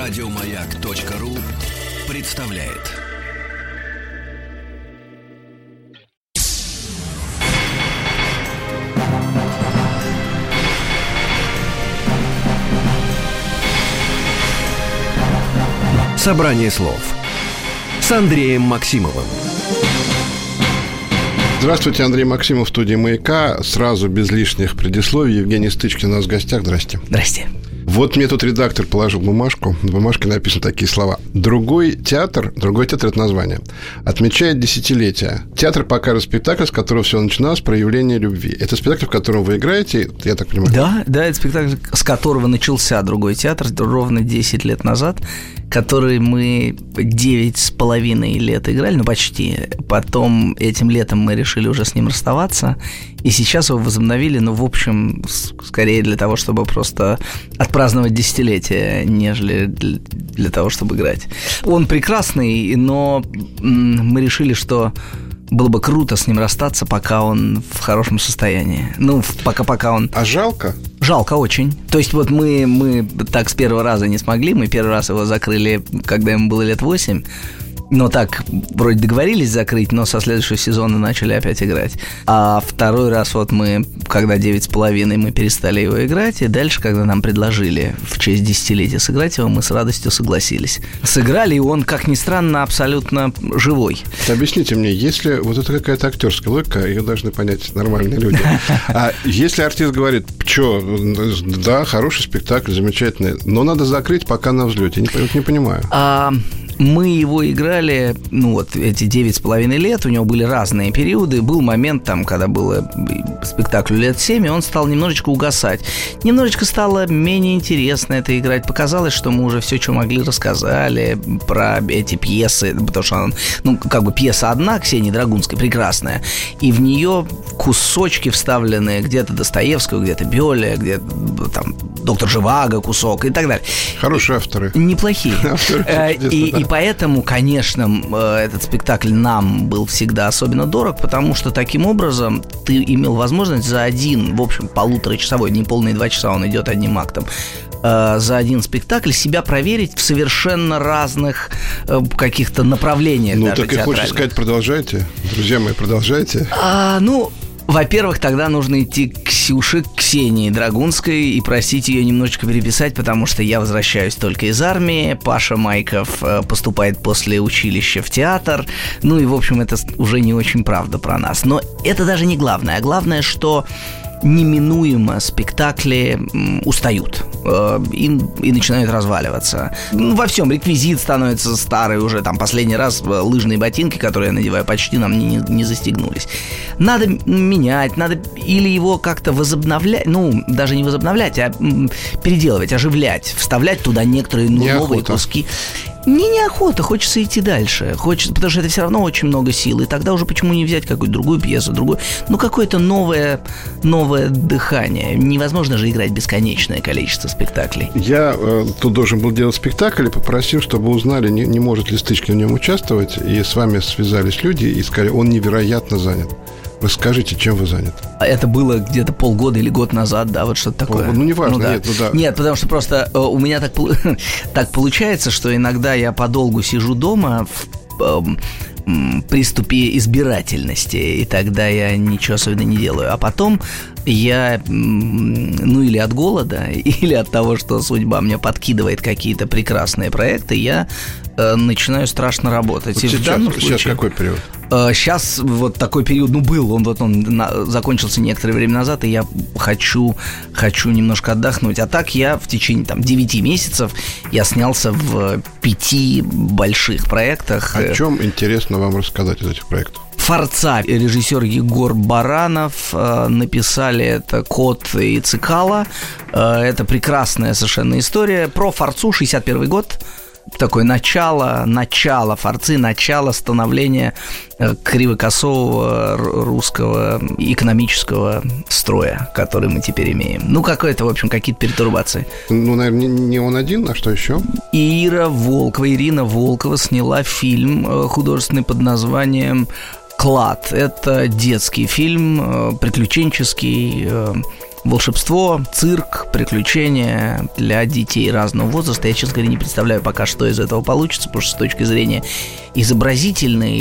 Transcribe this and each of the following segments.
Радиомаяк.ру представляет. Собрание слов с Андреем Максимовым. Здравствуйте, Андрей Максимов в студии «Маяка». Сразу, без лишних предисловий, Евгений Стычкин у нас в гостях. Здрасте. Здрасте. Вот мне тут редактор положил бумажку. На бумажке написаны такие слова. Другой театр, это название, отмечает десятилетие. Театр показывает спектакль, с которого все начиналось, проявление любви. Это спектакль, в котором вы играете, я так понимаю? Да, это спектакль, с которого начался другой театр ровно 10 лет назад, который мы 9,5 лет играли, почти. Потом этим летом мы решили уже с ним расставаться, и сейчас его возобновили, в общем, скорее для того, чтобы просто отпраздновать десятилетие, нежели для того, чтобы играть. Он прекрасный, но мы решили, что было бы круто с ним расстаться, пока он в хорошем состоянии. Пока он... А жалко? Жалко очень. То есть вот мы так с первого раза не смогли. Мы первый раз его закрыли, когда ему было лет 8. Но так вроде договорились закрыть, но со следующего сезона начали опять играть. А второй раз мы, когда 9,5, мы перестали его играть. И дальше, когда нам предложили в честь десятилетия сыграть его, мы с радостью согласились. Сыграли, и он, как ни странно, абсолютно живой. Объясните мне, если вот это какая-то актерская логика, ее должны понять нормальные люди. А если артист говорит, да, хороший спектакль, замечательный, но надо закрыть, пока на взлете. Я не понимаю. Мы его играли, эти 9,5 лет, у него были разные периоды. Был момент, когда было спектаклю лет 7, и он стал немножечко угасать. Немножечко стало менее интересно это играть. Показалось, что мы уже все, что могли, рассказали про эти пьесы, потому что пьеса одна, Ксении Драгунской, прекрасная, и в нее кусочки вставлены где-то Достоевского, где-то Бёля, где-то там доктор Живаго кусок и так далее. Хорошие авторы. Неплохие. И поэтому, конечно, этот спектакль нам был всегда особенно дорог, потому что таким образом ты имел возможность за один, в общем, полуторачасовой, не полные 2 часа он идет одним актом, за один спектакль себя проверить в совершенно разных каких-то направлениях. Так и хочется сказать, продолжайте. Друзья мои, продолжайте. Во-первых, тогда нужно идти к Ксении Драгунской и просить ее немножечко переписать, потому что я возвращаюсь только из армии, Паша Майков поступает после училища в театр, и, в общем, это уже не очень правда про нас. Но это даже не главное. Главное, что неминуемо спектакли устают и начинают разваливаться. Во всем реквизит становится старый уже. Последний раз лыжные ботинки, которые я надеваю, почти нам не застегнулись. Надо менять, надо или его как-то возобновлять, даже не возобновлять, а переделывать, оживлять, вставлять туда некоторые новые куски. Неохота, хочется идти дальше. Потому что это все равно очень много сил. И тогда уже почему не взять какую-то другую пьесу, какое-то новое дыхание. Невозможно же играть бесконечное количество спектаклей. Я тут должен был делать спектакль и попросил, чтобы узнали, не может ли Стычкин в нем участвовать. И с вами связались люди и сказали, он невероятно занят. Расскажите, чем вы заняты? Это было где-то полгода или год назад, что-то такое. Неважно, да. Нет, потому что просто у меня так получается, что иногда я подолгу сижу дома в приступе избирательности, и тогда я ничего особенно не делаю. А потом я, или от голода, или от того, что судьба мне подкидывает какие-то прекрасные проекты, я начинаю страшно работать. Сейчас какой период? Сейчас вот такой период, был, он закончился некоторое время назад, и я хочу немножко отдохнуть. А так я в течение 9 месяцев я снялся в 5 больших проектах. О чем интересно вам рассказать из этих проектов? «Форца», режиссер Егор Баранов, написали это Кот и Цикало. Это прекрасная совершенно история про Форцу, 61 год. Такое начало Форцы, начало становления кривокосового русского экономического строя, который мы теперь имеем. Какое-то, в общем, какие-то пертурбации. Наверное, не он один, а что еще? Ирина Волкова сняла фильм художественный под названием «Клад». Это детский фильм, приключенческий, волшебство, цирк, приключения для детей разного возраста. Я, честно говоря, не представляю пока, что из этого получится, потому что с точки зрения изобразительной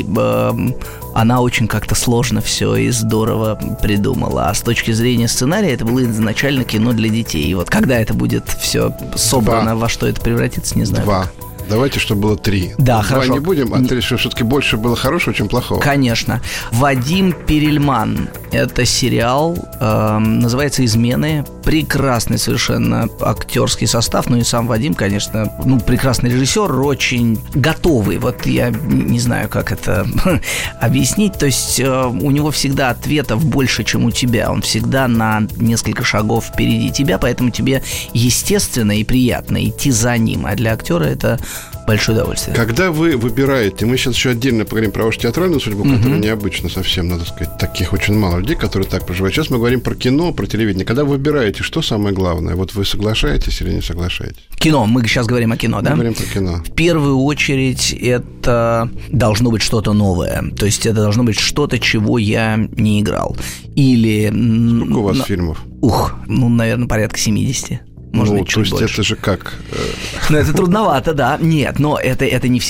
она очень как-то сложно все и здорово придумала. А с точки зрения сценария это было изначально кино для детей. И вот когда это будет все собрано, во что это превратится, не знаю. 2. Давайте, чтобы было 3. Да, 2 хорошо. не будем, а 3, чтобы все-таки больше было хорошего, чем плохого. Конечно. Вадим Перельман. Это сериал, называется «Измены». Прекрасный совершенно актерский состав. Ну и сам Вадим, конечно, прекрасный режиссер, очень готовый. Вот я не знаю, как это объяснить. То есть у него всегда ответов больше, чем у тебя. Он всегда на несколько шагов впереди тебя, поэтому тебе естественно и приятно идти за ним. А для актера это большое удовольствие. Когда вы выбираете, мы сейчас еще отдельно поговорим про вашу театральную судьбу, которая необычна совсем, надо сказать, таких очень мало людей, которые так проживают. Сейчас мы говорим про кино, про телевидение. Когда вы выбираете, что самое главное? Вот вы соглашаетесь или не соглашаетесь? Кино. Мы сейчас говорим о кино, да? Мы говорим про кино. В первую очередь это должно быть что-то новое. То есть это должно быть что-то, чего я не играл. Или... Сколько у вас фильмов? Наверное, порядка 70. Может быть, чуть больше. Это же как? Ну, это трудновато, да. Нет, но это не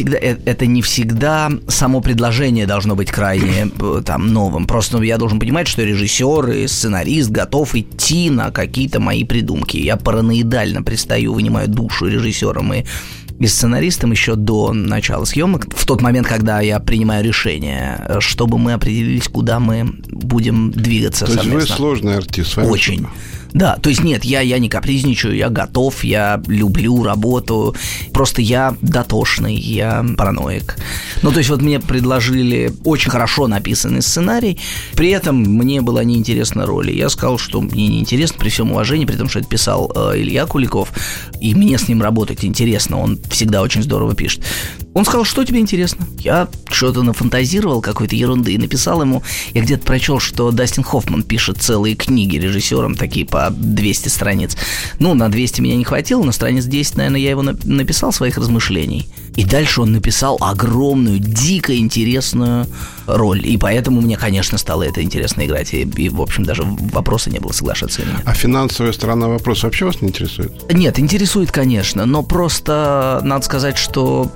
всегда само предложение должно быть крайне новым. Просто я должен понимать, что режиссер и сценарист готов идти на какие-то мои придумки. Я параноидально пристаю, вынимаю душу режиссером и сценаристом еще до начала съемок, в тот момент, когда я принимаю решение, чтобы мы определились, куда мы будем двигаться совместно. То есть вы сложный артист, с вами очень. Что-то. Да, то есть нет, я не капризничаю, я готов, я люблю работу, просто я дотошный, я параноик. Ну, то есть вот мне предложили очень хорошо написанный сценарий, при этом мне была неинтересна роль. Я сказал, что мне неинтересно, при всем уважении, при том, что это писал Илья Куликов, и мне с ним работать интересно, он всегда очень здорово пишет. Он сказал, что тебе интересно? Я что-то нафантазировал, какой-то ерунды, и написал ему, я где-то прочел, что Дастин Хоффман пишет целые книги режиссером, такие по 200 страниц. На 200 меня не хватило, на страниц 10, наверное, я его написал, своих размышлений. И дальше он написал огромную, дико интересную роль. И поэтому мне, конечно, стало это интересно играть. И в общем, даже вопроса не было, соглашаться или нет. А финансовая сторона вопроса вообще вас не интересует? Нет, интересует, конечно. Но просто надо сказать, что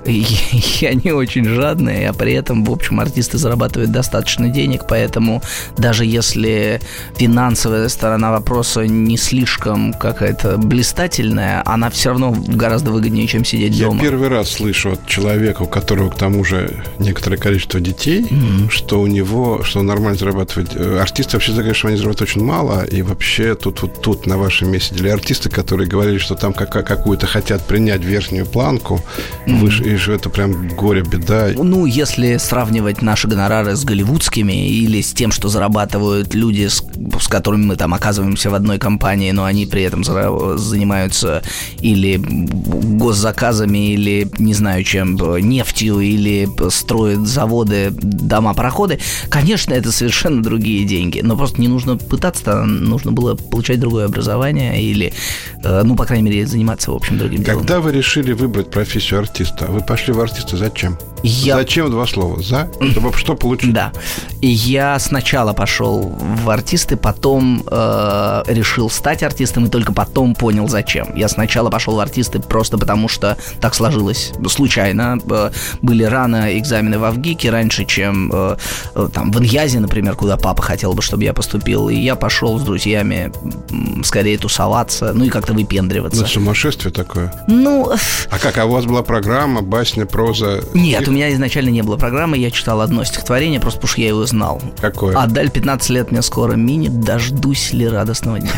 я не очень жадный, а при этом, в общем, артисты зарабатывают достаточно денег. Поэтому даже если финансовая сторона вопроса не слишком какая-то блистательная, она все равно гораздо выгоднее, чем сидеть дома. Я первый раз слышу от человека, у которого к тому же некоторое количество детей, что он нормально зарабатывает. Артисты вообще, конечно, они зарабатывают очень мало, и вообще тут на вашем месте сидели артисты, которые говорили, что там какую-то хотят принять верхнюю планку, выше, и что это прям горе-беда. Если сравнивать наши гонорары с голливудскими или с тем, что зарабатывают люди, с которыми мы там оказываемся в одной компании, но они при этом занимаются или госзаказами, или, не знаю чем, нефтью, или строят заводы, дома, пароходы, конечно, это совершенно другие деньги. Но просто не нужно пытаться, нужно было получать другое образование или, по крайней мере, заниматься, в общем, другим делом. Когда вы решили выбрать профессию артиста, вы пошли в артисты зачем? Зачем 2 слова? Чтобы что получить? Да. И я сначала пошел в артисты, потом решил стать артистом, и только потом понял, зачем. Я сначала пошел в артисты просто потому, что так сложилось. Случайно. Были рано экзамены в Авгике, раньше, чем в Иньязе, например, куда папа хотел бы, чтобы я поступил. И я пошел с друзьями скорее тусоваться, и как-то выпендриваться. Сумасшествие такое. А у вас была программа, басня, проза? Нет, у меня изначально не было программы, я читал одно стихотворение, просто потому что я его знал. Какое? Адаль, 15 лет мне скоро минет, дождусь ли радостного дня.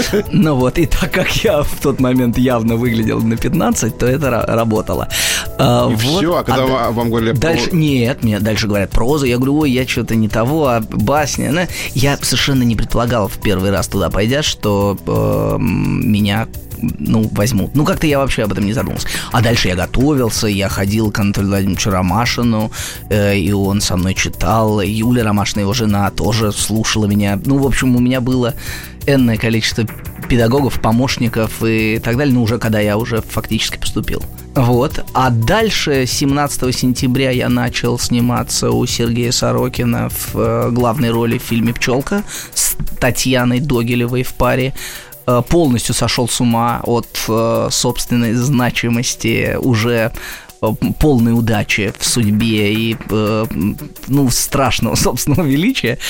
И так как я в тот момент явно выглядел на 15, то это работало. Все, а когда вам говорили... Нет, мне дальше говорят проза, я говорю, я что-то не того, а басня. Я совершенно не предполагал в первый раз туда пойдя, что меня... возьмут. Как-то я вообще об этом не задумался. А дальше я готовился, я ходил к Анатолию Владимировичу Ромашину, и он со мной читал. Юля Ромашина, его жена, тоже слушала меня. В общем, у меня было энное количество педагогов, помощников и так далее, уже когда я уже фактически поступил. Вот. А дальше 17 сентября я начал сниматься у Сергея Сорокина в главной роли в фильме «Пчелка» с Татьяной Догилевой в паре. Полностью сошел с ума от собственной значимости, уже полной удачи в судьбе и страшного собственного величия,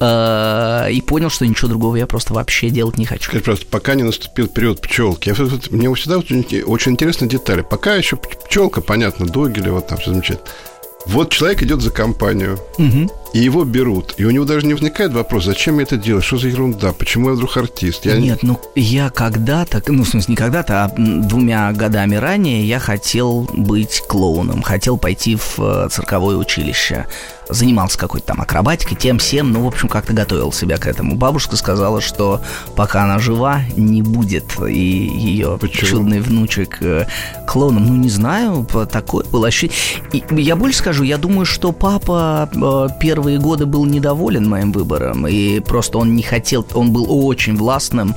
и понял, что ничего другого я просто вообще делать не хочу. Скажи, просто пока не наступил период «Пчелки», мне всегда очень интересны детали. Пока еще «Пчелка», понятно, Догилева, там все замечательно. Вот человек идет за компанию, и его берут. И у него даже не возникает вопрос, зачем я это делаю, что за ерунда, почему я вдруг артист? Я когда-то, в смысле не когда-то, а 2 годами ранее я хотел быть клоуном, хотел пойти в цирковое училище. Занимался какой-то там акробатикой, тем всем, в общем, как-то готовил себя к этому. Бабушка сказала, что пока она жива, не будет и ее чудный внучек клоуном. Не знаю, такое было ощущение. И я больше скажу, я думаю, что папа первые годы был недоволен моим выбором, и просто он не хотел, он был очень властным,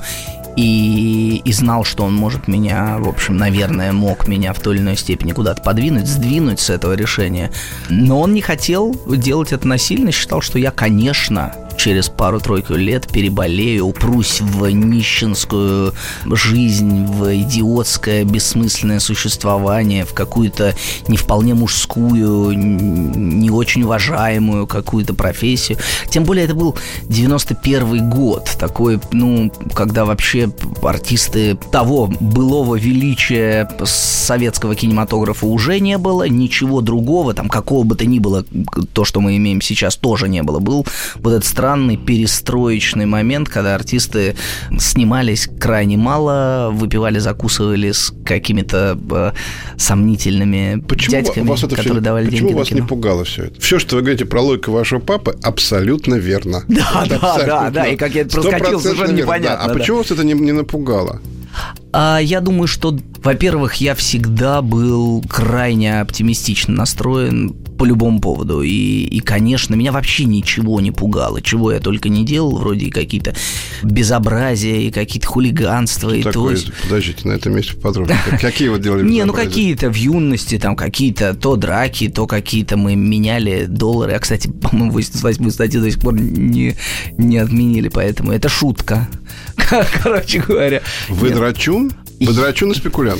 и знал, что он может меня, в общем, наверное, мог меня в той или иной степени куда-то подвинуть, сдвинуть с этого решения. Но он не хотел делать это насильно, считал, что я, конечно, через пару-тройку лет переболею, упрусь в нищенскую жизнь, в идиотское, бессмысленное существование, в какую-то не вполне мужскую, не очень уважаемую какую-то профессию. Тем более это был 91-й год, такой, когда вообще артисты того былого величия советского кинематографа уже не было, ничего другого, там, какого бы то ни было, то, что мы имеем сейчас, тоже не было. Был вот этот странный перестроечный момент, когда артисты снимались крайне мало, выпивали, закусывали с какими-то сомнительными дядьками, которые давали деньги на кино. Почему вас не пугало все это? Все, что вы говорите про логику вашего папы, абсолютно верно. Да, и как я это проскочил, совершенно непонятно. А почему вас это не напугало? Я думаю, что, во-первых, я всегда был крайне оптимистично настроен по любому поводу. И, конечно, меня вообще ничего не пугало. Чего я только не делал, вроде и какие-то безобразия, и какие-то хулиганства. Что такое? Подождите, на этом месте поподробнее. Какие вы делали безобразия? Какие-то в юности, там какие-то то драки, то какие-то мы меняли доллары. А, кстати, по-моему, 88-ю статью до сих пор не отменили, поэтому это шутка. Короче говоря. Вы драчун? Вы драчун и спекулянт?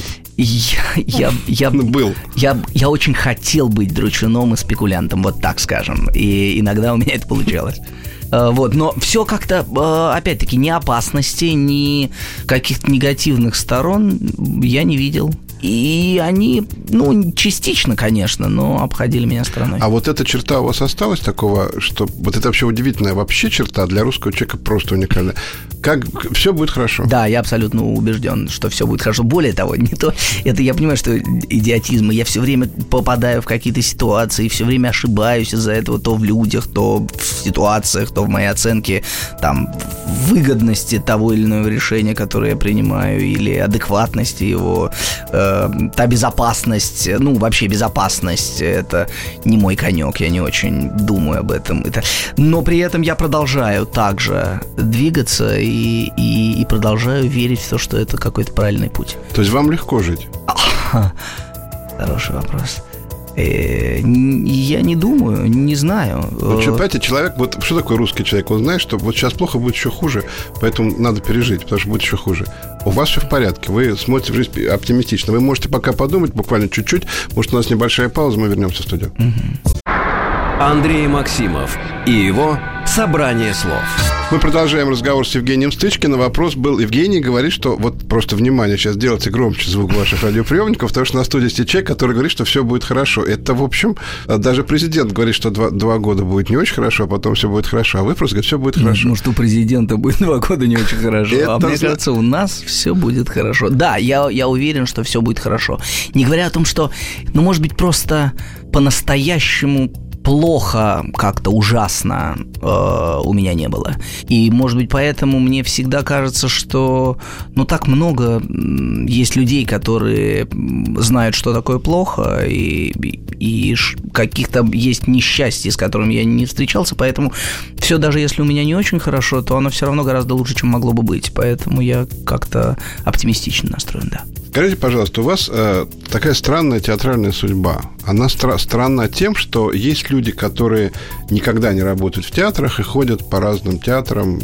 Я был. Я очень хотел быть драчуном и спекулянтом, вот так скажем. И иногда у меня это получалось. Но все как-то, опять-таки, ни опасности, ни каких-то негативных сторон я не видел. И они, частично, конечно, но обходили меня стороной. А вот эта черта у вас осталась такого, что вот это вообще удивительная вообще черта для русского человека просто уникальная. Как все будет хорошо? Да, я абсолютно убежден, что все будет хорошо. Более того, это я понимаю, что идиотизм. Я все время попадаю в какие-то ситуации, все время ошибаюсь из-за этого то в людях, то в ситуациях, то в моей оценке там выгодности того или иного решения, которое я принимаю, или адекватности его. Та безопасность, вообще безопасность, это не мой конек, я не очень думаю об этом. Но при этом я продолжаю также двигаться и продолжаю верить в то, что это какой-то правильный путь. То есть вам легко жить? Хороший вопрос. Я не думаю, не знаю. Понимаете, человек, что такое русский человек? Он знает, что вот сейчас плохо, будет еще хуже, поэтому надо пережить, потому что будет еще хуже. У вас все в порядке, вы смотрите в жизнь оптимистично. Вы можете пока подумать, буквально чуть-чуть. Может, у нас небольшая пауза, мы вернемся в студию. Андрей Максимов и его «Собрание слов». Мы продолжаем разговор с Евгением Стычкиным. Вопрос был, Евгений говорит, что вот просто внимание, сейчас делайте громче звук ваших радиоприемников, потому что на студии сидит человек, который говорит, что все будет хорошо. Это, в общем, даже президент говорит, что 2 года будет не очень хорошо, а потом все будет хорошо. А вы просто говорите, все будет хорошо. Может, у президента будет 2 года не очень хорошо. А мне кажется, у нас все будет хорошо. Да, я уверен, что все будет хорошо. Не говоря о том, что, может быть, просто по-настоящему плохо, как-то ужасно у меня не было. И, может быть, поэтому мне всегда кажется, что, так много есть людей, которые знают, что такое плохо, и каких-то есть несчастья, с которыми я не встречался, поэтому все, даже если у меня не очень хорошо, то оно все равно гораздо лучше, чем могло бы быть. Поэтому я как-то оптимистично настроен, да. Скажите, пожалуйста, у вас такая странная театральная судьба. Она странна тем, что есть люди, которые никогда не работают в театрах и ходят по разным театрам.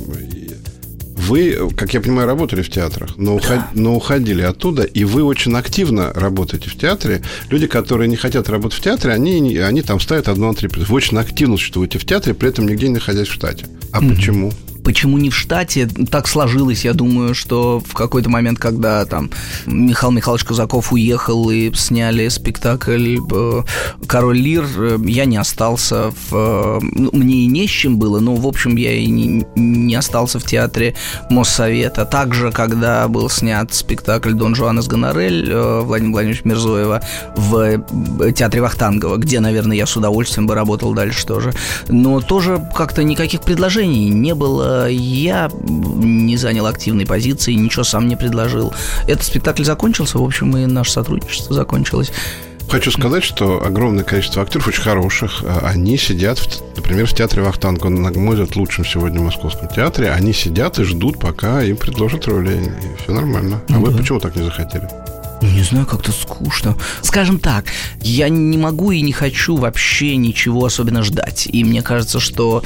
Вы, как я понимаю, работали в театрах, но уходили оттуда, и вы очень активно работаете в театре. Люди, которые не хотят работать в театре, они там ставят 1-3. Вы очень активно существуете в театре, при этом нигде не находясь в штате. А почему? Почему не в штате? Так сложилось, я думаю, что в какой-то момент, когда там Михаил Михайлович Казаков уехал и сняли спектакль «Король Лир», я не остался мне и не с чем было, но, в общем, я и не остался в театре Моссовета. Также, когда был снят спектакль «Дон Жуан из Гонорель» Владимира Владимировича Мирзоева в театре Вахтангова, где, наверное, я с удовольствием бы работал дальше тоже. Но тоже как-то никаких предложений не было. Я не занял активной позиции, ничего сам не предложил. Этот спектакль закончился, в общем, и наше сотрудничество закончилось. Хочу сказать, что огромное количество актеров очень хороших, они сидят, например, в театре Вахтангова, на мой взгляд, лучшем сегодня в Московском театре, они сидят и ждут, пока им предложат роли, и все нормально. А вы почему так не захотели? Не знаю, как-то скучно. Скажем так, я не могу и не хочу вообще ничего особенно ждать. И мне кажется, что,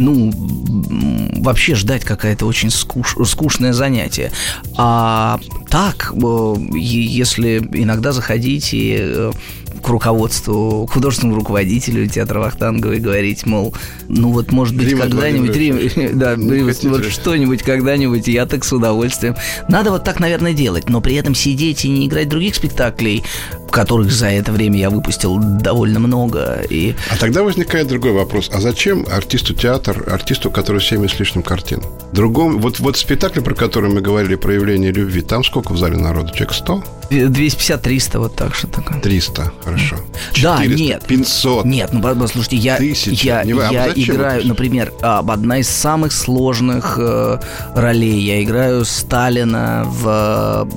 вообще ждать какое-то очень скучное занятие. А так, если иногда заходить и к руководству, к художественному руководителю театра Вахтангова и говорить, мол, может быть, когда-нибудь, что-нибудь когда-нибудь, я так с удовольствием. Надо вот так, наверное, делать, но при этом сидеть и не играть других спектаклей, которых за это время я выпустил довольно много. А тогда возникает другой вопрос. А зачем артисту театр, артисту, который 70 с лишним картин? Вот спектакль, про который мы говорили, «Проявление любви», там сколько в зале народу? Человек 100? 250-300, вот так что такое. 300, хорошо. 400, да, нет. 500. Нет, послушайте, я играю, например, одна из самых сложных ролей. Я играю Сталина в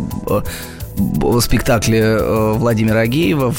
спектакле Владимира Агеева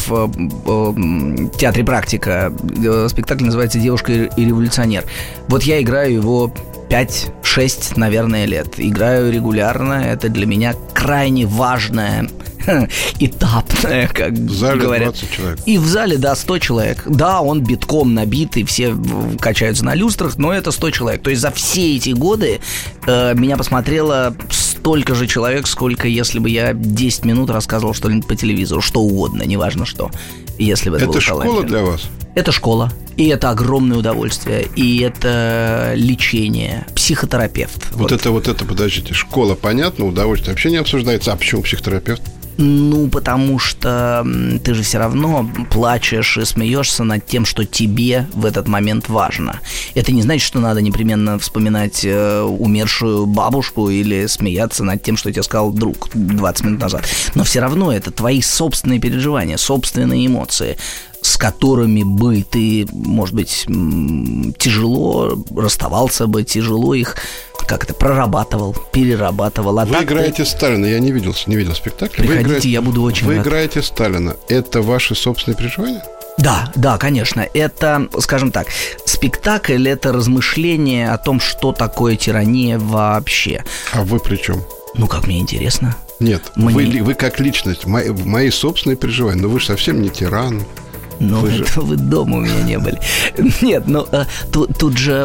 в театре «Практика». Спектакль называется «Девушка и революционер». Вот я играю его 5-6, наверное, лет. Играю регулярно. Это для меня крайне важная, этапная, как в зале говорят. 20 человек. И в зале, 100 человек. Да, он битком набит, и все качаются на люстрах, но это 100 человек. То есть за все эти годы меня посмотрело столько же человек, сколько если бы я 10 минут рассказывал что-нибудь по телевизору, что угодно, неважно что. Если бы это было школа для вас? Это школа, и это огромное удовольствие, и это лечение, психотерапевт. Вот это, подождите, школа, понятно, удовольствие вообще не обсуждается. А почему психотерапевт? Потому что ты же все равно плачешь и смеешься над тем, что тебе в этот момент важно. Это не значит, что надо непременно вспоминать умершую бабушку или смеяться над тем, что тебе сказал друг 20 минут назад. Но все равно это твои собственные переживания, собственные эмоции, с которыми бы ты, может быть, тяжело расставался бы, тяжело их как-то прорабатывал, перерабатывал. Вы играете Сталина, я не видел спектакля. Приходите, я буду очень рад. Вы играете Сталина. Это ваши собственные переживания? Да, конечно. Это, скажем так, спектакль – это размышление о том, что такое тирания вообще. А вы при чем? Как мне интересно. Нет, вы как личность, мои собственные переживания. Но вы же совсем не тиран. Вы дома у меня не были. Нет, тут же,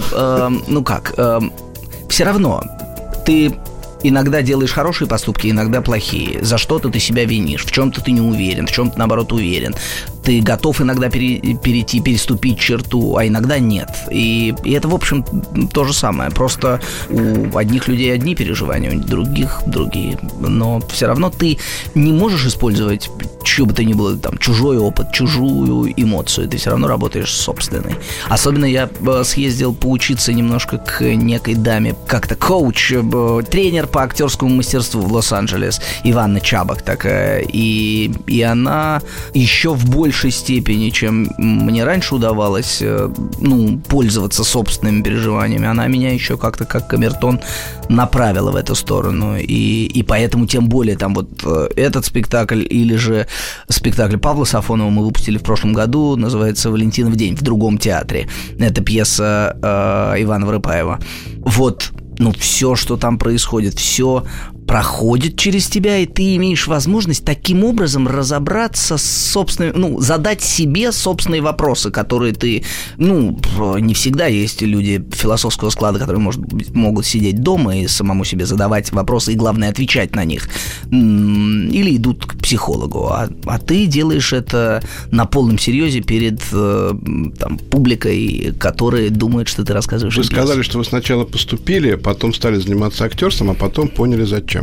все равно ты иногда делаешь хорошие поступки, иногда плохие. За что-то ты себя винишь, в чем-то ты не уверен, в чем-то, наоборот, уверен. Ты готов иногда переступить черту, а иногда нет. И это, в общем, то же самое. Просто у одних людей одни переживания, у других другие. Но все равно ты не можешь использовать чье бы то ни было, чужой опыт, чужую эмоцию. Ты все равно работаешь с собственной. Особенно я съездил поучиться немножко к некой даме, как-то коуч, тренер по актерскому мастерству в Лос-Анджелес, Иванна Чабак такая. И она еще в большей большей степени, чем мне раньше удавалось, пользоваться собственными переживаниями, она меня еще как-то как камертон направила в эту сторону. И поэтому тем более там вот этот спектакль или же спектакль Павла Сафонова мы выпустили в прошлом году, называется «Валентинов день» в другом театре. Это пьеса Ивана Воропаева. Вот, все, что там происходит, все проходит через тебя, и ты имеешь возможность таким образом разобраться с собственными, задать себе собственные вопросы, которые ты, не всегда есть люди философского склада, которые, могут сидеть дома и самому себе задавать вопросы, и, главное, отвечать на них, или идут к психологу, а ты делаешь это на полном серьезе перед публикой, которая думает, что ты рассказываешь. Вы сказали, что вы сначала поступили, потом стали заниматься актерством, а потом поняли, зачем.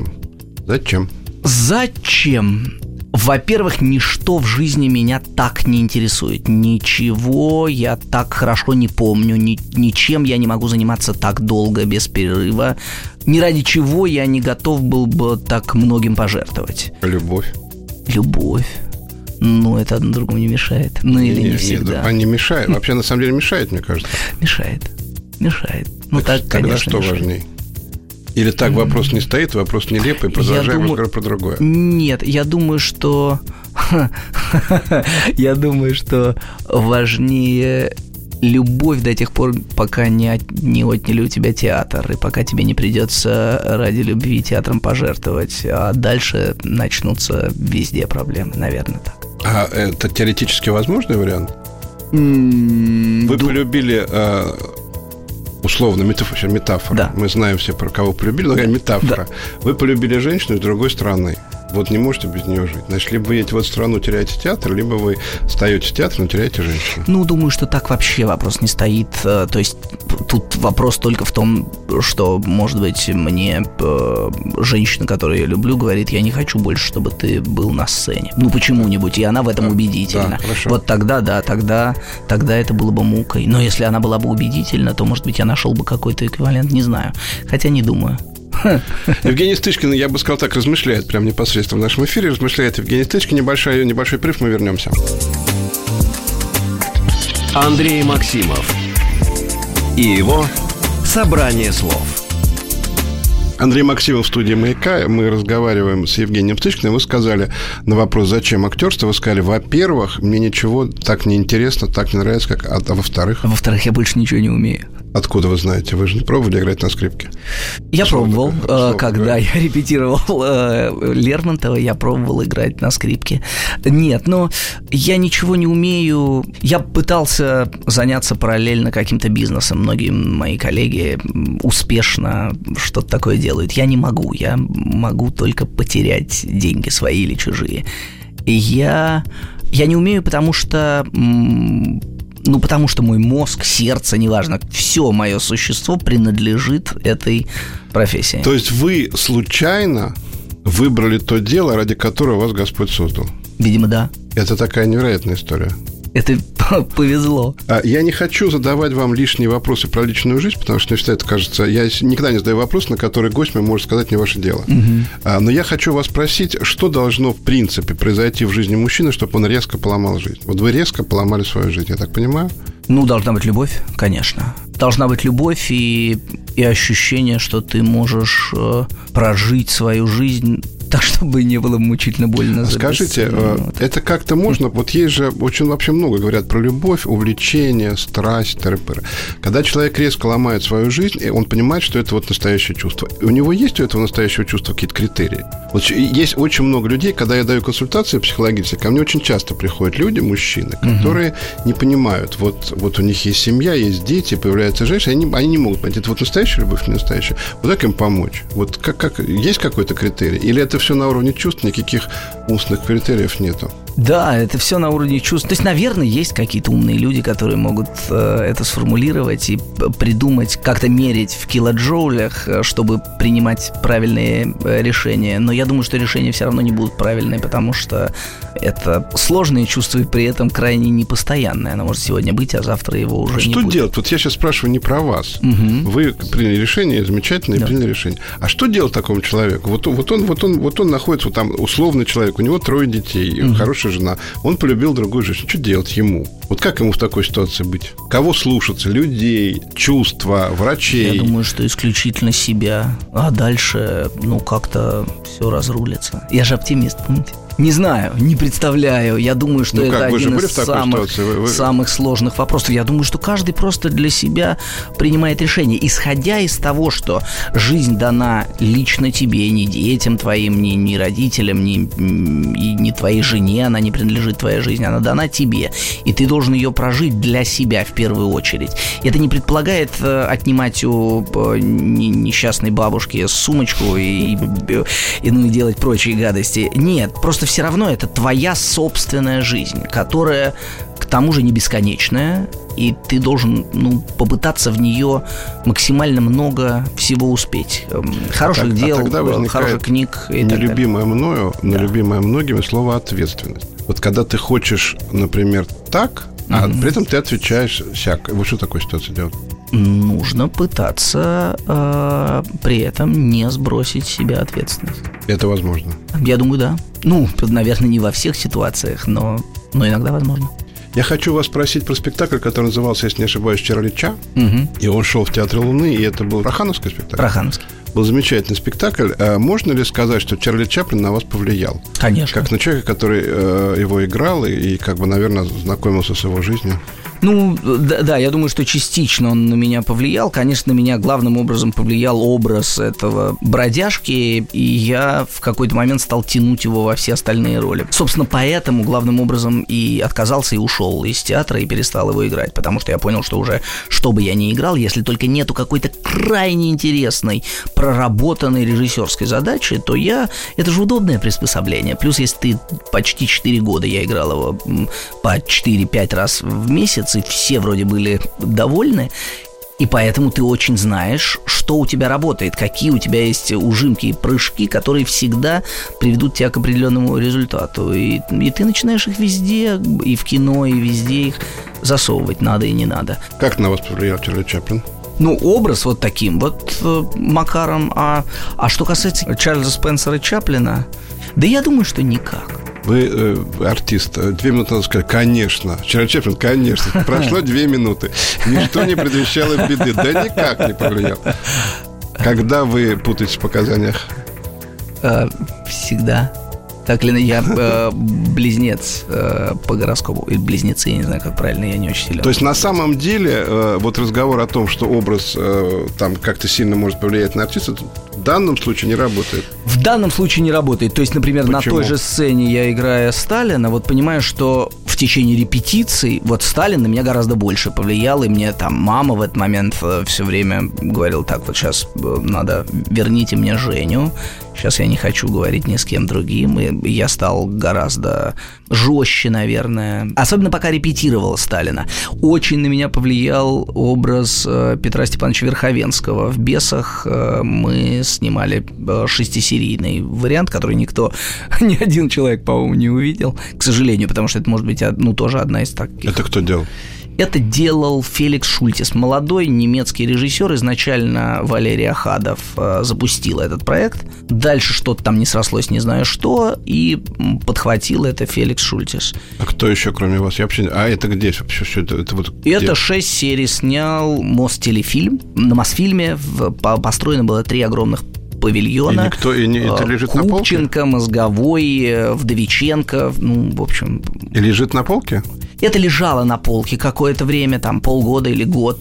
Зачем? Во-первых, ничто в жизни меня так не интересует. Ничего я так хорошо не помню. Ничем я не могу заниматься так долго, без перерыва. Ни ради чего я не готов был бы так многим пожертвовать. Любовь. Это одно другому не мешает. Или не всегда. Нет, не мешает. Вообще, на самом деле, мешает, мне кажется. Мешает. Тогда конечно, что мешает. Важнее? Или так вопрос не стоит, вопрос нелепый, продолжаем разговор про другое? Нет, я думаю, что важнее любовь до тех пор, пока не отняли у тебя театр, и пока тебе не придется ради любви театром пожертвовать, а дальше начнутся везде проблемы, наверное, так. А это теоретически возможный вариант? Вы полюбили... Условно, метафора. Да. Мы знаем все, про кого полюбили, но метафора. Да. Вы полюбили женщину из другой страны. Вот не можете без нее жить. Значит, либо вы едете в эту страну, теряете театр, либо вы встаете в театр, но теряете женщину. Думаю, что так вообще вопрос не стоит. То есть тут вопрос только в том, что, может быть, мне женщина, которую я люблю, говорит: я не хочу больше, чтобы ты был на сцене. Почему-нибудь. И она в этом убедительна. Да, вот тогда это было бы мукой. Но если она была бы убедительна, то, может быть, я нашел бы какой-то эквивалент, не знаю. Хотя не думаю. Евгений Стычкин, я бы сказал так, размышляет прямо непосредственно в нашем эфире. Размышляет Евгений Стычкин. Небольшой прерыв, мы вернемся. Андрей Максимов и его «Собрание слов». Андрей Максимов в студии «Маяка». Мы разговариваем с Евгением Стычкиным. Вы сказали на вопрос, зачем актерство, вы сказали: во-первых, мне ничего так не интересно, так не нравится, как... А во-вторых? Во-вторых, я больше ничего не умею. Откуда вы знаете? Вы же не пробовали играть на скрипке? Я пробовал, когда я репетировал Лермонтова, я пробовал играть на скрипке. Нет, но я ничего не умею. Я пытался заняться параллельно каким-то бизнесом. Многие мои коллеги успешно что-то такое делают. Я не могу. Я могу только потерять деньги свои или чужие. И я не умею, потому что мой мозг, сердце, неважно, все мое существо принадлежит этой профессии. То есть вы случайно выбрали то дело, ради которого вас Господь создал? Видимо, да. Это такая невероятная история. Это повезло. Я не хочу задавать вам лишние вопросы про личную жизнь, потому что мне всегда это кажется... Я никогда не задаю вопрос, на который гость мне может сказать: не ваше дело. Но я хочу вас спросить, что должно, в принципе, произойти в жизни мужчины, чтобы он резко поломал жизнь? Вот вы резко поломали свою жизнь, я так понимаю? Должна быть любовь, конечно. Должна быть любовь и ощущение, что ты можешь прожить свою жизнь так, чтобы не было мучительно больно. Скажите, это как-то можно? Вот есть же очень вообще много говорят про любовь, увлечение, страсть, т.п. Когда человек резко ломает свою жизнь, он понимает, что это вот настоящее чувство. У него есть у этого настоящего чувства какие-то критерии? Вот есть очень много людей, когда я даю консультации психологические, ко мне очень часто приходят люди, мужчины, которые не понимают, вот у них есть семья, есть дети, появляются женщины, они не могут понять, это вот настоящая любовь, не настоящая. Вот как им помочь? Вот как есть какой-то критерий? Или это все на уровне чувств, никаких умственных критериев нету? Да, это все на уровне чувств. То есть, наверное, есть какие-то умные люди, которые могут это сформулировать и придумать, как-то мерить в килоджоулях, чтобы принимать правильные решения. Но я думаю, что решения все равно не будут правильные, потому что это сложные чувства и при этом крайне непостоянное. Оно может сегодня быть, а завтра его уже не будет. Что делать? Вот я сейчас спрашиваю не про вас. Вы приняли решение, замечательное, приняли решение. А что делать такому человеку? Вот он находится, вот там условный человек, у него 3 детей, хороший хорошая жена, он полюбил другую женщину. Что делать ему? Вот как ему в такой ситуации быть? Кого слушаться? Людей, чувства, врачей? Я думаю, что исключительно себя. А дальше, как-то все разрулится. Я же оптимист, помните? Не знаю, не представляю. Я думаю, что это один из самых сложных вопросов. Я думаю, что каждый просто для себя принимает решение, исходя из того, что жизнь дана лично тебе, не детям твоим, не родителям, не твоей жене, она не принадлежит твоей жизни, она дана тебе. И ты должен ее прожить для себя в первую очередь. Это не предполагает отнимать у несчастной бабушки сумочку и делать прочие гадости. Нет, просто все равно это твоя собственная жизнь, которая к тому же не бесконечная, и ты должен попытаться в нее максимально много всего успеть. Хороших дел, хороших книг. Нелюбимое мною, но любимое многими слово «ответственность». Вот когда ты хочешь, например, так, а при этом ты отвечаешь всяко. Вот что такое ситуация делать? Нужно пытаться при этом не сбросить с себя ответственность. Это возможно? Я думаю, да. Наверное, не во всех ситуациях, но иногда возможно. Я хочу вас спросить про спектакль, который назывался, если не ошибаюсь, «Чарли Ча». И он шел в Театре Луны, и это был Прохановский спектакль? Прохановский. Был замечательный спектакль. Можно ли сказать, что Чарли Чаплин на вас повлиял? Конечно. Как на человека, который его играл и наверное, знакомился с его жизнью? Да, я думаю, что частично он на меня повлиял. Конечно, на меня главным образом повлиял образ этого бродяжки, и я в какой-то момент стал тянуть его во все остальные роли. Собственно, поэтому главным образом и отказался и ушел из театра и перестал его играть, потому что я понял, что уже что бы я ни играл, если только нету какой-то крайне интересной, проработанной режиссерской задачи, то это же удобное приспособление. Плюс, если ты почти 4 года, я играл его по 4-5 раз в месяц, и все вроде были довольны, и поэтому ты очень знаешь, что у тебя работает, какие у тебя есть ужимки и прыжки, которые всегда приведут тебя к определенному результату. И ты начинаешь их везде, и в кино, и везде их засовывать надо и не надо. Как на вас повлиял Чарли Чаплин? Образ вот таким вот макаром. А что касается Чарльза Спенсера Чаплина, да я думаю, что никак. Вы артист. 2 минуты надо сказать, конечно. Чарли Чаплин, конечно. Прошло 2 минуты. Ничто не предвещало беды. Да никак не повлиял. Когда вы путаетесь в показаниях? Всегда. Так ли я близнец по гороскопу? Или близнецы, я не знаю, как правильно, я не очень силен. То есть на самом деле вот разговор о том, что образ там как-то сильно может повлиять на артиста, в данном случае не работает. В данном случае не работает. То есть, например, Почему? на той же сцене я играя Сталина, понимаю, что в течение репетиций Сталин на меня гораздо больше повлиял, и мне там мама в этот момент все время говорила: так, вот сейчас надо, верните мне Женю, сейчас я не хочу говорить ни с кем другим, и я стал гораздо жестче, наверное. Особенно пока репетировал Сталина. Очень на меня повлиял образ Петра Степановича Верховенского. В «Бесах» мы снимали 6-серийный вариант, который ни один человек, по-моему, не увидел, к сожалению, потому что это может быть тоже одна из таких. Это кто делал? Это делал Феликс Шультис, молодой немецкий режиссер. Изначально Валерий Ахадов запустил этот проект. Дальше что-то там не срослось, не знаю что, и подхватил это Феликс Шультис. А кто еще, кроме вас? Это где вообще все это? Это 6 серий снял Мостелефильм. На Мосфильме построено было 3 огромных павильона. И это лежит на полке? Купченко, Мозговой, Вдовиченко, в общем... И лежит на полке? Это лежало на полке какое-то время, там полгода или год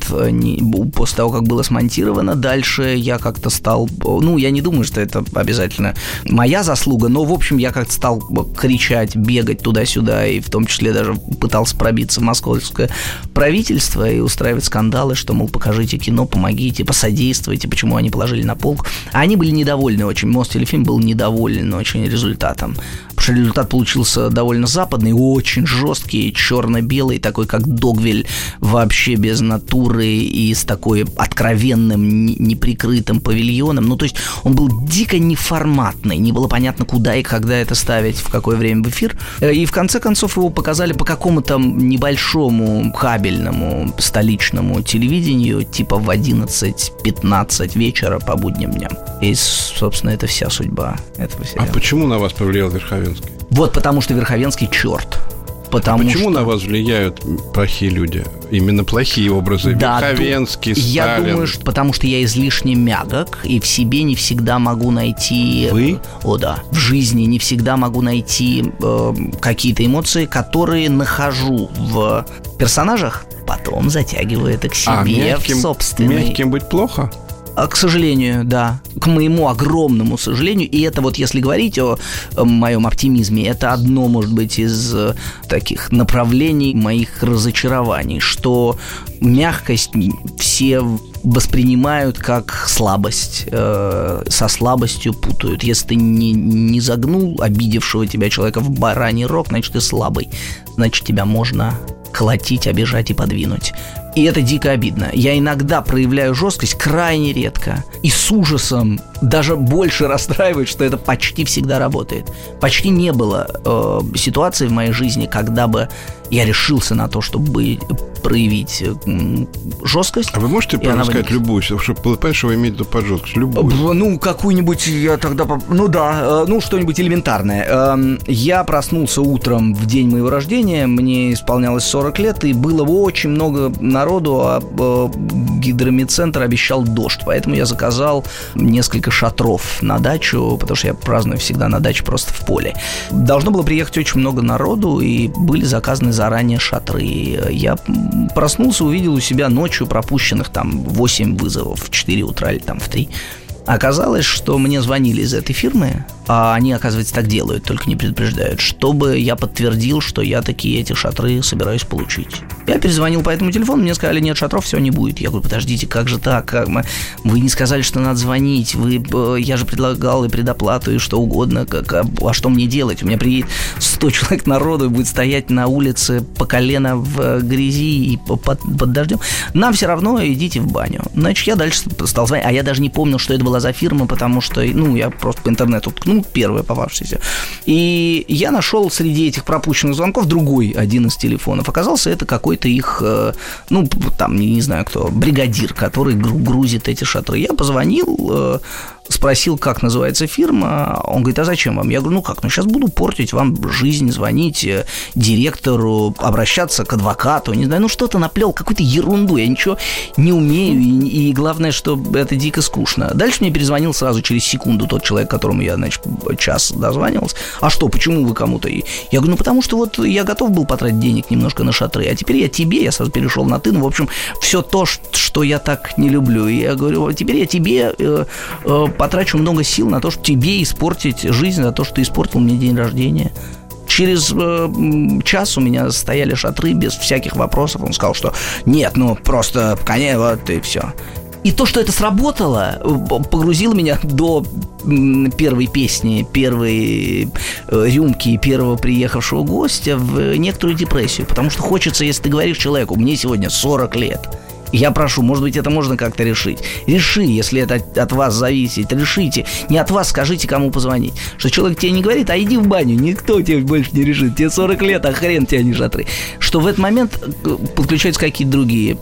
после того, как было смонтировано. Дальше я как-то стал... я не думаю, что это обязательно моя заслуга, но, в общем, я как-то стал кричать, бегать туда-сюда, и в том числе даже пытался пробиться в московское правительство и устраивать скандалы, что, мол, покажите кино, помогите, посодействуйте, почему они положили на полку. А они были недовольны очень. Мостелефильм был недоволен очень результатом. Потому что результат получился довольно западный, очень жесткий, черно-белый, такой как Догвиль, вообще без натуры и с такой откровенным, неприкрытым павильоном. То есть он был дико неформатный, не было понятно, куда и когда это ставить, в какое время в эфир. И в конце концов его показали по какому-то небольшому кабельному столичному телевидению, типа в 11-15 вечера по будним дням. И, собственно, это вся судьба этого сериала. А почему на вас повлиял Верховенский? Вот потому что Верховенский черт. Почему на вас влияют плохие люди? Именно плохие образы. Да, Верховенский, Сталин. Я думаю, что потому что я излишне мягок, и в себе не всегда могу найти... Вы? О, да. В жизни не всегда могу найти какие-то эмоции, которые нахожу в персонажах, потом затягиваю это к себе в собственный... Мягким быть плохо? К сожалению, да. К моему огромному сожалению. И это вот, если говорить о моем оптимизме, это одно, может быть, из таких направлений моих разочарований, что мягкость все воспринимают как слабость, со слабостью путают. Если ты не загнул обидевшего тебя человека в бараний рог, значит, ты слабый. Значит, тебя можно колотить, обижать и подвинуть. И это дико обидно. Я иногда проявляю жесткость, крайне редко. И с ужасом даже больше расстраивает, что это почти всегда работает. Почти не было ситуации в моей жизни, когда бы я решился на то, чтобы проявить жесткость. А вы можете рассказать любую, чтобы было понятно, что вы имеете под жесткость? Любую. Ну, какую-нибудь я тогда... Ну да, что-нибудь элементарное. Я проснулся утром в день моего рождения, мне исполнялось 40 лет, и было очень много народу, а гидромедцентр обещал дождь, поэтому я заказал несколько шатров на дачу, потому что я праздную всегда на даче просто в поле. Должно было приехать очень много народу, и были заказаны заранее шатры. Я проснулся, увидел у себя ночью пропущенных там 8 вызовов в 4 утра или там в 3. Оказалось, что мне звонили из этой фирмы, а они, оказывается, так делают, только не предупреждают, чтобы я подтвердил, что я такие эти шатры собираюсь получить. Я перезвонил по этому телефону, мне сказали, нет шатров, все, не будет. Я говорю, подождите, как же так? Вы не сказали, что надо звонить, я же предлагал и предоплату, и что угодно, а что мне делать? У меня приедет 100 человек народу и будет стоять на улице по колено в грязи и под дождем. Нам все равно идите в баню. Значит, я дальше стал звонить, а я даже не помнил, что это была за фирма, потому что, я просто по интернету ткнул, первое попавшееся. И я нашел среди этих пропущенных звонков другой один из телефонов. Оказался это какой-то их, не знаю кто, бригадир, который грузит эти шатры. Я позвонил, спросил, как называется фирма. Он говорит, а зачем вам? Я говорю, сейчас буду портить вам жизнь, звонить директору, обращаться к адвокату, не знаю, что-то наплел, какую-то ерунду, я ничего не умею, и главное, что это дико скучно. Дальше мне перезвонил сразу через секунду тот человек, которому я, час дозванивался. А что, почему вы кому-то? Я говорю, потому что вот я готов был потратить денег немножко на шатры, а теперь я сразу перешел на ты, в общем, все то, что я так не люблю. И я говорю, теперь я тебе потрачу много сил на то, чтобы тебе испортить жизнь, за то, что ты испортил мне день рождения. Через час у меня стояли шатры без всяких вопросов. Он сказал, что нет, просто коня, вот и все. И то, что это сработало, погрузило меня до первой песни, первой рюмки, первого приехавшего гостя в некоторую депрессию. Потому что хочется, если ты говоришь человеку, мне сегодня 40 лет, я прошу, может быть, это можно как-то решить. Реши, если это от вас зависит, решите. Не от вас, скажите, кому позвонить. Что человек тебе не говорит, а иди в баню, никто тебе больше не решит. Тебе 40 лет, а хрен тебя не шатры. Что в этот момент подключаются какие-то другие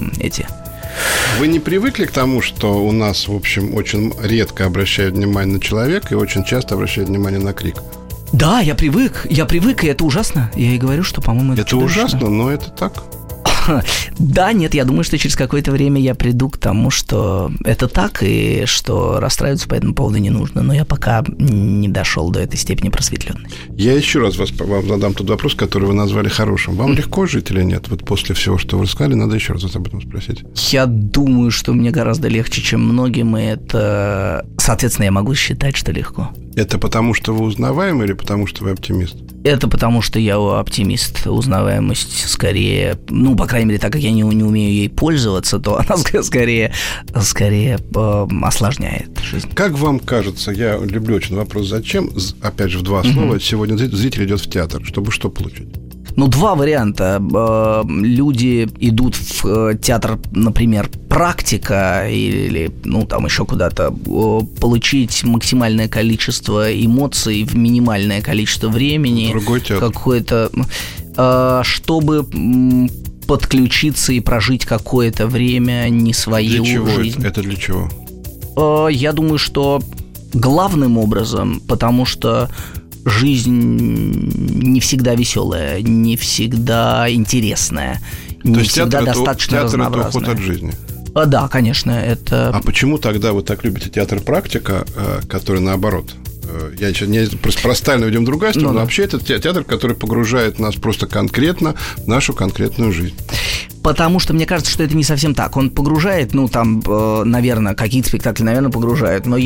Вы не привыкли к тому, что у нас, в общем, очень редко обращают внимание на человека и очень часто обращают внимание на крик? Да, я привык, и это ужасно. Я и говорю, что, по-моему, это ужасно, но это так. Да, нет, я думаю, что через какое-то время я приду к тому, что это так, и что расстраиваться по этому поводу не нужно. Но я пока не дошел до этой степени просветленной. Я еще раз вам задам тот вопрос, который вы назвали хорошим. Вам легко жить или нет? Вот после всего, что вы рассказали, надо еще раз об этом спросить. Я думаю, что мне гораздо легче, чем многим, и это... Соответственно, я могу считать, что легко. Это потому, что вы узнаваемый или потому, что вы оптимист? Это потому, что я оптимист. Узнаваемость скорее... по крайней мере, так как я не умею ей пользоваться, то она скорее осложняет жизнь. Как вам кажется, я люблю очень вопрос «Зачем?» Опять же, в два слова. Сегодня зритель идет в театр, чтобы что получить? Два варианта. Люди идут в театр, например, практика или, там еще куда-то, получить максимальное количество эмоций в минимальное количество времени. Другой театр. Какой-то, чтобы подключиться и прожить какое-то время не свою жизнь. Это для чего? Я думаю, что главным образом, потому что жизнь не всегда веселая, не всегда интересная, не всегда достаточно разнообразная. Это уход от жизни. Да, конечно, это... А почему тогда вы так любите театр «Практика», который наоборот? Я не про Сталина идем другая сторона, но вообще это театр, который погружает нас просто конкретно в нашу конкретную жизнь. Потому что мне кажется, что это не совсем так. Он погружает, наверное, какие-то спектакли, наверное, погружают, но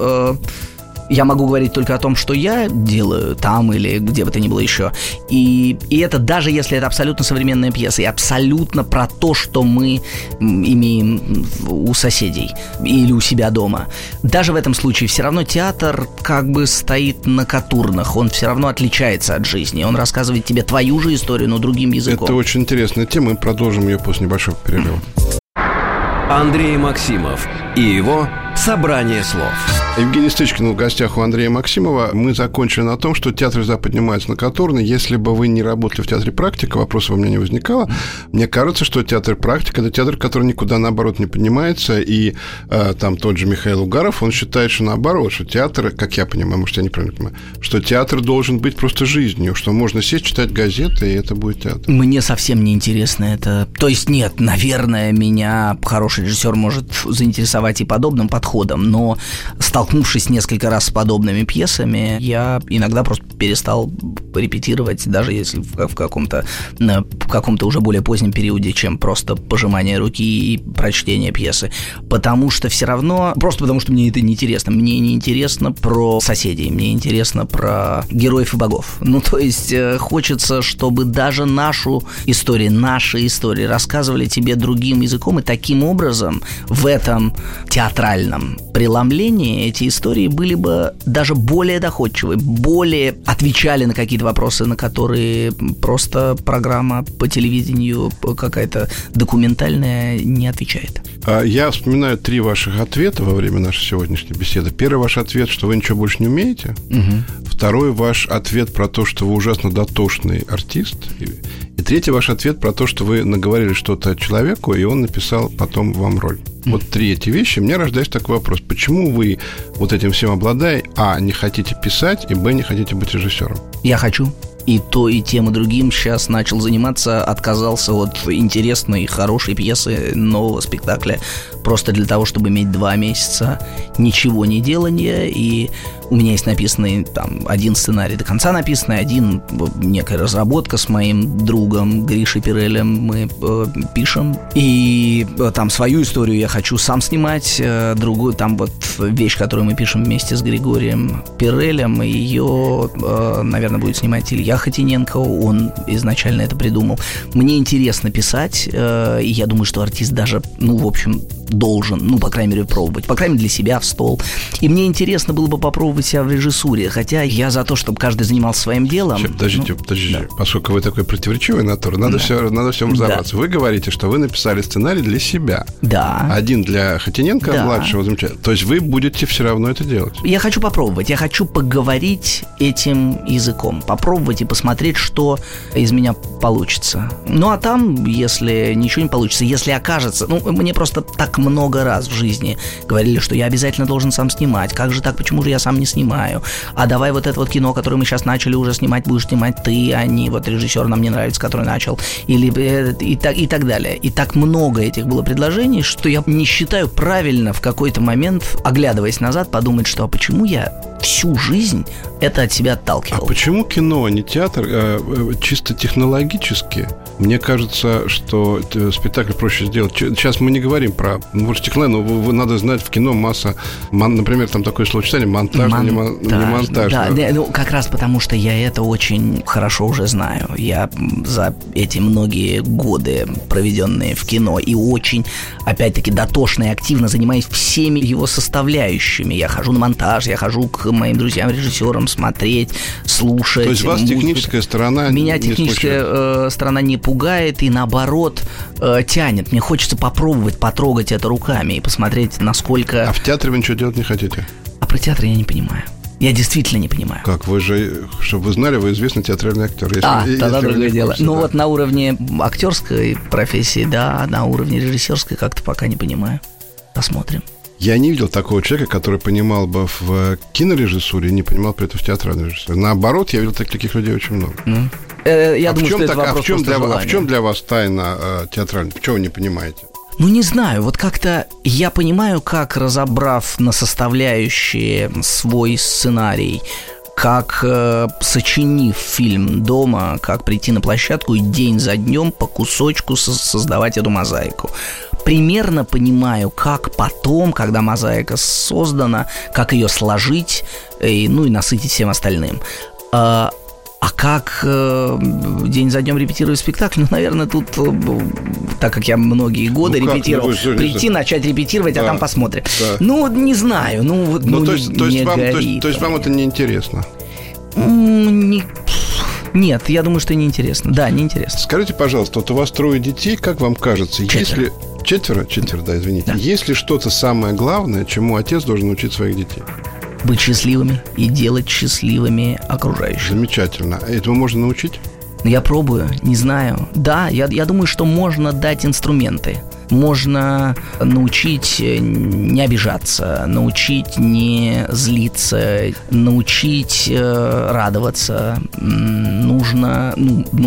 я могу говорить только о том, что я делаю там или где бы то ни было еще. И это даже если это абсолютно современная пьеса и абсолютно про то, что мы имеем у соседей или у себя дома. Даже в этом случае все равно театр как бы стоит на катурнах. Он все равно отличается от жизни. Он рассказывает тебе твою же историю, но другим языком. Это очень интересная тема. Мы продолжим ее после небольшого перерыва. Андрей Максимов и его «Собрание слов». Евгений Стычкин в гостях у Андрея Максимова. Мы закончили на том, что театр всегда поднимается на катурны. Если бы вы не работали в театре «Практика», вопросов у меня не возникало. Мне кажется, что театр «Практика» – это театр, который никуда, наоборот, не поднимается. И там тот же Михаил Угаров, он считает, что наоборот, что театр, как я понимаю, может, я неправильно понимаю, что театр должен быть просто жизнью, что можно сесть, читать газеты, и это будет театр. Мне совсем не интересно это. То есть нет, наверное, меня хороший режиссер может заинтересовать и подобным подходом, но столкнувшись несколько раз с подобными пьесами, я иногда просто перестал репетировать, даже если в каком-то уже более позднем периоде, чем просто пожимание руки и прочтение пьесы. Потому что все равно, просто потому что мне это неинтересно. Мне не интересно про соседей, мне интересно про героев и богов. То есть хочется, чтобы даже наши истории рассказывали тебе другим языком, и таким образом в этом театральном преломлении эти истории были бы даже более доходчивы, более отвечали на какие-то вопросы, на которые просто программа по телевидению какая-то документальная не отвечает. Я вспоминаю 3 ваших ответа во время нашей сегодняшней беседы. Первый ваш ответ, что вы ничего больше не умеете. Угу. Второй ваш ответ про то, что вы ужасно дотошный артист. И третий ваш ответ про то, что вы наговорили что-то человеку, и он написал потом вам роль. Вот 3 эти вещи. Мне рождается такой вопрос. Почему вы вот этим всем обладая, не хотите писать, и не хотите быть режиссером? Я хочу. И то, и тем, и другим сейчас начал заниматься, отказался от интересной, хорошей пьесы, нового спектакля, просто для того, чтобы иметь 2 месяца ничего не делания. И у меня есть написанный там 1 сценарий до конца написанный, 1 некая разработка с моим другом Гришей Пирелем мы пишем. И там свою историю я хочу сам снимать, другую, там вот вещь, которую мы пишем вместе с Григорием Пирелем, ее, наверное, будет снимать Илья Хотиненко, он изначально это придумал. Мне интересно писать, и я думаю, что артист даже, в общем, должен, по крайней мере, пробовать. По крайней мере, для себя в стол. И мне интересно было бы попробовать себя в режиссуре, хотя я за то, чтобы каждый занимался своим делом. Подождите. Да. Поскольку вы такой противоречивый натур, надо всем разобраться. Да. Вы говорите, что вы написали сценарий для себя. Да. 1 для Хотиненко, младшего, замечательно. То есть вы будете все равно это делать. Я хочу попробовать. Я хочу поговорить этим языком. Попробовать и посмотреть, что из меня получится. А там, если ничего не получится, если окажется... мне просто так много раз в жизни говорили, что я обязательно должен сам снимать. Как же так? Почему же я сам не снимаю? А давай вот это вот кино, которое мы сейчас начали уже снимать, будешь снимать ты, а не вот режиссер нам не нравится, который начал. Или и так далее. И так много этих было предложений, что я не считаю правильно в какой-то момент, оглядываясь назад, подумать, что почему я всю жизнь это от себя отталкивал. А почему кино, а не театр? Чисто технологически, мне кажется, что спектакль проще сделать. Сейчас мы не говорим про технологию, но надо знать, в кино масса, например, там такое словосочетание монтажно, не монтажно. Да, как раз потому, что я это очень хорошо уже знаю. Я за эти многие годы, проведенные в кино, и очень, опять-таки, дотошно и активно занимаюсь всеми его составляющими. Я хожу на монтаж, я хожу к моим друзьям-режиссерам смотреть, слушать. То есть вас техническая сторона меня техническая сторона не пугает и, наоборот, тянет. Мне хочется попробовать потрогать это руками и посмотреть, насколько... А в театре вы ничего делать не хотите? А про театр я не понимаю. Я действительно не понимаю. Как? Вы же, чтобы вы знали, вы известный театральный актер. Тогда другое дело. Вот на уровне актерской профессии, да, на уровне режиссерской как-то пока не понимаю. Посмотрим. Я не видел такого человека, который понимал бы в кинорежиссуре и не понимал при этом в театральной режиссуре. Наоборот, я видел таких людей очень много. Я думаю, что это вопрос просто желания. А в чем для вас тайна театральная? Чего вы не понимаете? Ну, не знаю, вот как-то я понимаю, как, разобрав на составляющие свой сценарий, как сочинив фильм дома, как прийти на площадку и день за днем по кусочку создавать эту мозаику. Примерно понимаю, как потом, когда мозаика создана, как ее сложить, и насытить всем остальным. А как день за днем репетировать спектакль? Наверное, тут, так как я многие годы репетировал, прийти, начать репетировать, а там посмотрим. Да. Не знаю. То есть вам это неинтересно? Нет, я думаю, что неинтересно. Да, неинтересно. Скажите, пожалуйста, вот у вас 3 детей, как вам кажется, Четверо. Четверо, да, извините. Да. Есть ли что-то самое главное, чему отец должен учить своих детей? Быть счастливыми и делать счастливыми окружающих. Замечательно. Этому можно научить? Я пробую, не знаю. Да, я думаю, что можно дать инструменты. Можно научить не обижаться, научить не злиться, научить радоваться. Можно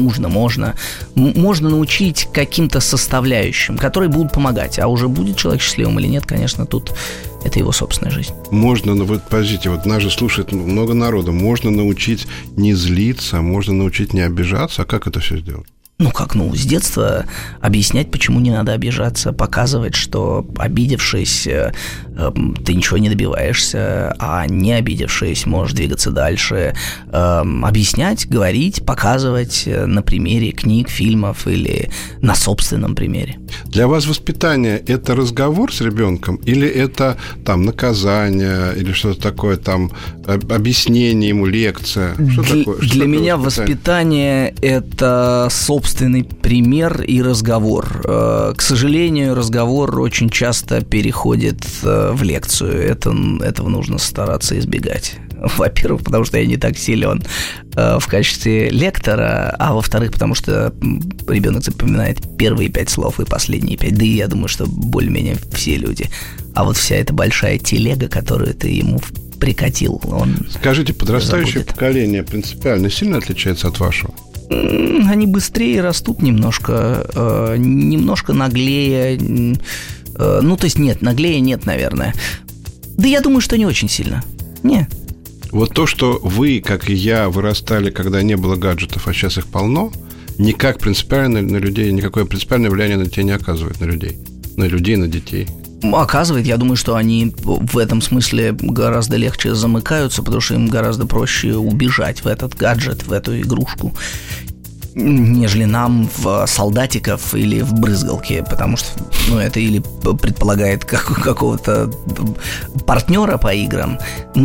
научить каким-то составляющим, которые будут помогать. А уже будет человек счастливым или нет, конечно, тут это его собственная жизнь. Можно, подождите, нас же слушает много народа. Можно научить не злиться, можно научить не обижаться. А как это все сделать? С детства объяснять, почему не надо обижаться, показывать, что, обидевшись, ты ничего не добиваешься, а не обидевшись, можешь двигаться дальше. Объяснять, говорить, показывать на примере книг, фильмов или на собственном примере. Для вас воспитание – это разговор с ребенком или это наказание, или что-то такое, объяснение ему, лекция? Для меня воспитание – это собственный пример и разговор. К сожалению, разговор очень часто переходит в лекцию. Этого нужно стараться избегать. Во-первых, потому что я не так силен в качестве лектора, а во-вторых, потому что ребенок запоминает первые 5 слов и последние 5. Да и я думаю, что более-менее все люди. А вот вся эта большая телега, которую ты ему прикатил, он Скажите, подрастающее поколение принципиально сильно отличается от вашего? Они быстрее растут немножко наглее. То есть нет, наглее нет, наверное. Да я думаю, что не очень сильно. Не. Вот то, что вы, как и я, вырастали, когда не было гаджетов, а сейчас их полно, никакое принципиальное влияние на детей не оказывает, на людей, на детей. Оказывает, я думаю, что они в этом смысле гораздо легче замыкаются, потому что им гораздо проще убежать в этот гаджет, в эту игрушку, нежели нам в солдатиков или в брызгалке, потому что это или предполагает какого-то партнера по играм,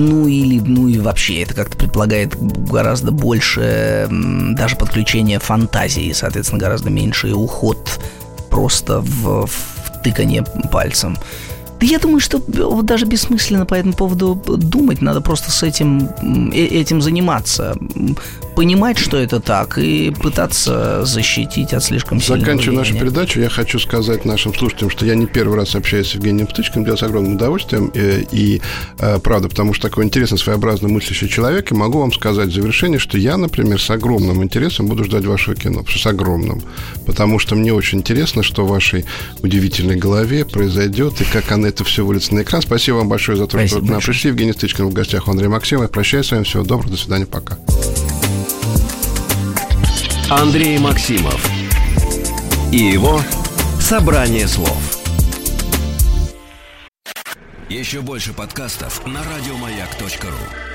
и вообще это как-то предполагает гораздо больше даже подключение фантазии, соответственно, гораздо меньше уход просто в тыканье пальцем. Да я думаю, что даже бессмысленно по этому поводу думать, надо просто с этим заниматься. Понимать, что это так, и пытаться защитить от слишком сильного влияния. Заканчивая нашу передачу, я хочу сказать нашим слушателям, что я не первый раз общаюсь с Евгением Птычкиным, делаю с огромным удовольствием, и правда, потому что такой интересный, своеобразно мыслящий человек, и могу вам сказать в завершение, что я, например, с огромным интересом буду ждать вашего кино, с огромным, потому что мне очень интересно, что в вашей удивительной голове произойдет, и как это все выльется на экран. Спасибо вам большое за то, что вы к нам пришли. Евгений Птычкин в гостях, Андрей Максимов. Прощаюсь с вами, всего доброго, до свидания, пока. Андрей Максимов и его «Собрание слов». Еще больше подкастов на радиомаяк.ру.